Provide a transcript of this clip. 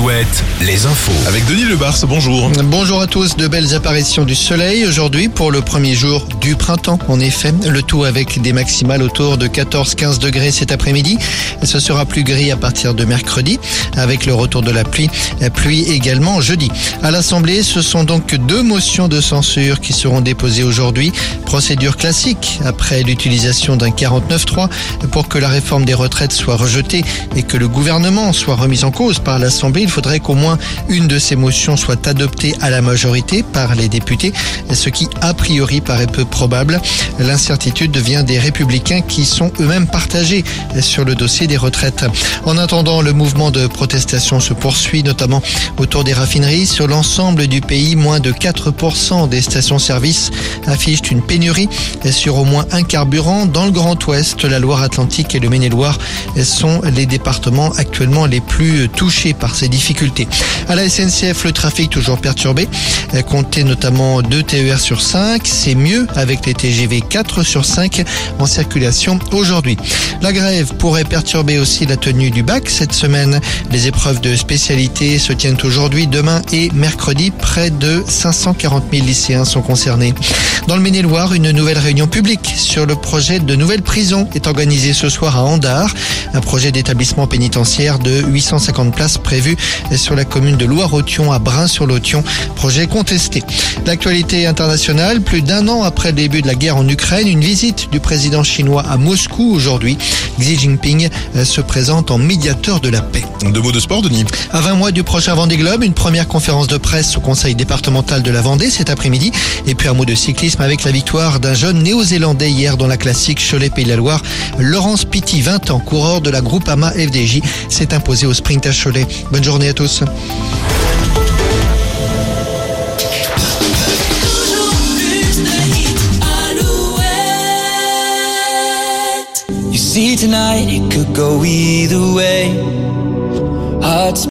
Alouette, les infos. Avec Denis Lebars, bonjour. Bonjour à tous, de belles apparitions du soleil aujourd'hui pour le premier jour du printemps. En effet, le tout avec des maximales autour de 14-15 degrés cet après-midi. Ce sera plus gris à partir de mercredi avec le retour de la pluie également jeudi. À l'Assemblée, ce sont donc 2 motions de censure qui seront déposées aujourd'hui. Procédure classique après l'utilisation d'un 49.3 pour que la réforme des retraites soit rejetée et que le gouvernement soit remis en cause par l'Assemblée. Il faudrait qu'au moins une de ces motions soit adoptée à la majorité par les députés, ce qui a priori paraît peu probable. L'incertitude vient des Républicains qui sont eux-mêmes partagés sur le dossier des retraites. En attendant, le mouvement de protestation se poursuit, notamment autour des raffineries. Sur l'ensemble du pays, moins de 4% des stations-service affichent une pénurie sur au moins un carburant. Dans le Grand Ouest, la Loire-Atlantique et le Maine-et-Loire sont les départements actuellement les plus touchés par ces difficultés. À la SNCF, le trafic toujours perturbé. Comptez notamment 2 TER sur 5. C'est mieux avec les TGV 4 sur 5 en circulation aujourd'hui. La grève pourrait perturber aussi la tenue du bac cette semaine. Les épreuves de spécialité se tiennent aujourd'hui, demain et mercredi. Près de 540 000 lycéens sont concernés. Dans le Maine-et-Loire, une nouvelle réunion publique sur le projet de nouvelle prison est organisée ce soir à Andars. Un projet d'établissement pénitentiaire de 850 places prévu sur la commune de Loire-Othion à Brain-sur-l'Othion. Projet contesté. L'actualité internationale, plus d'1 an après le début de la guerre en Ukraine, une visite du président chinois à Moscou aujourd'hui. Xi Jinping se présente en médiateur de la paix. 2 mots de sport, Denis. À 20 mois du prochain Vendée Globe, une première conférence de presse au conseil départemental de la Vendée cet après-midi. Et puis un mot de cyclisme avec la victoire d'un jeune néo-zélandais hier dans la classique Cholet-Pays de la Loire. Laurence Pitty, 20 ans, coureur de la Groupama FDJ, s'est imposé au sprint à Cholet. Bonne journée à tous. You see tonight it could go either way. Hearts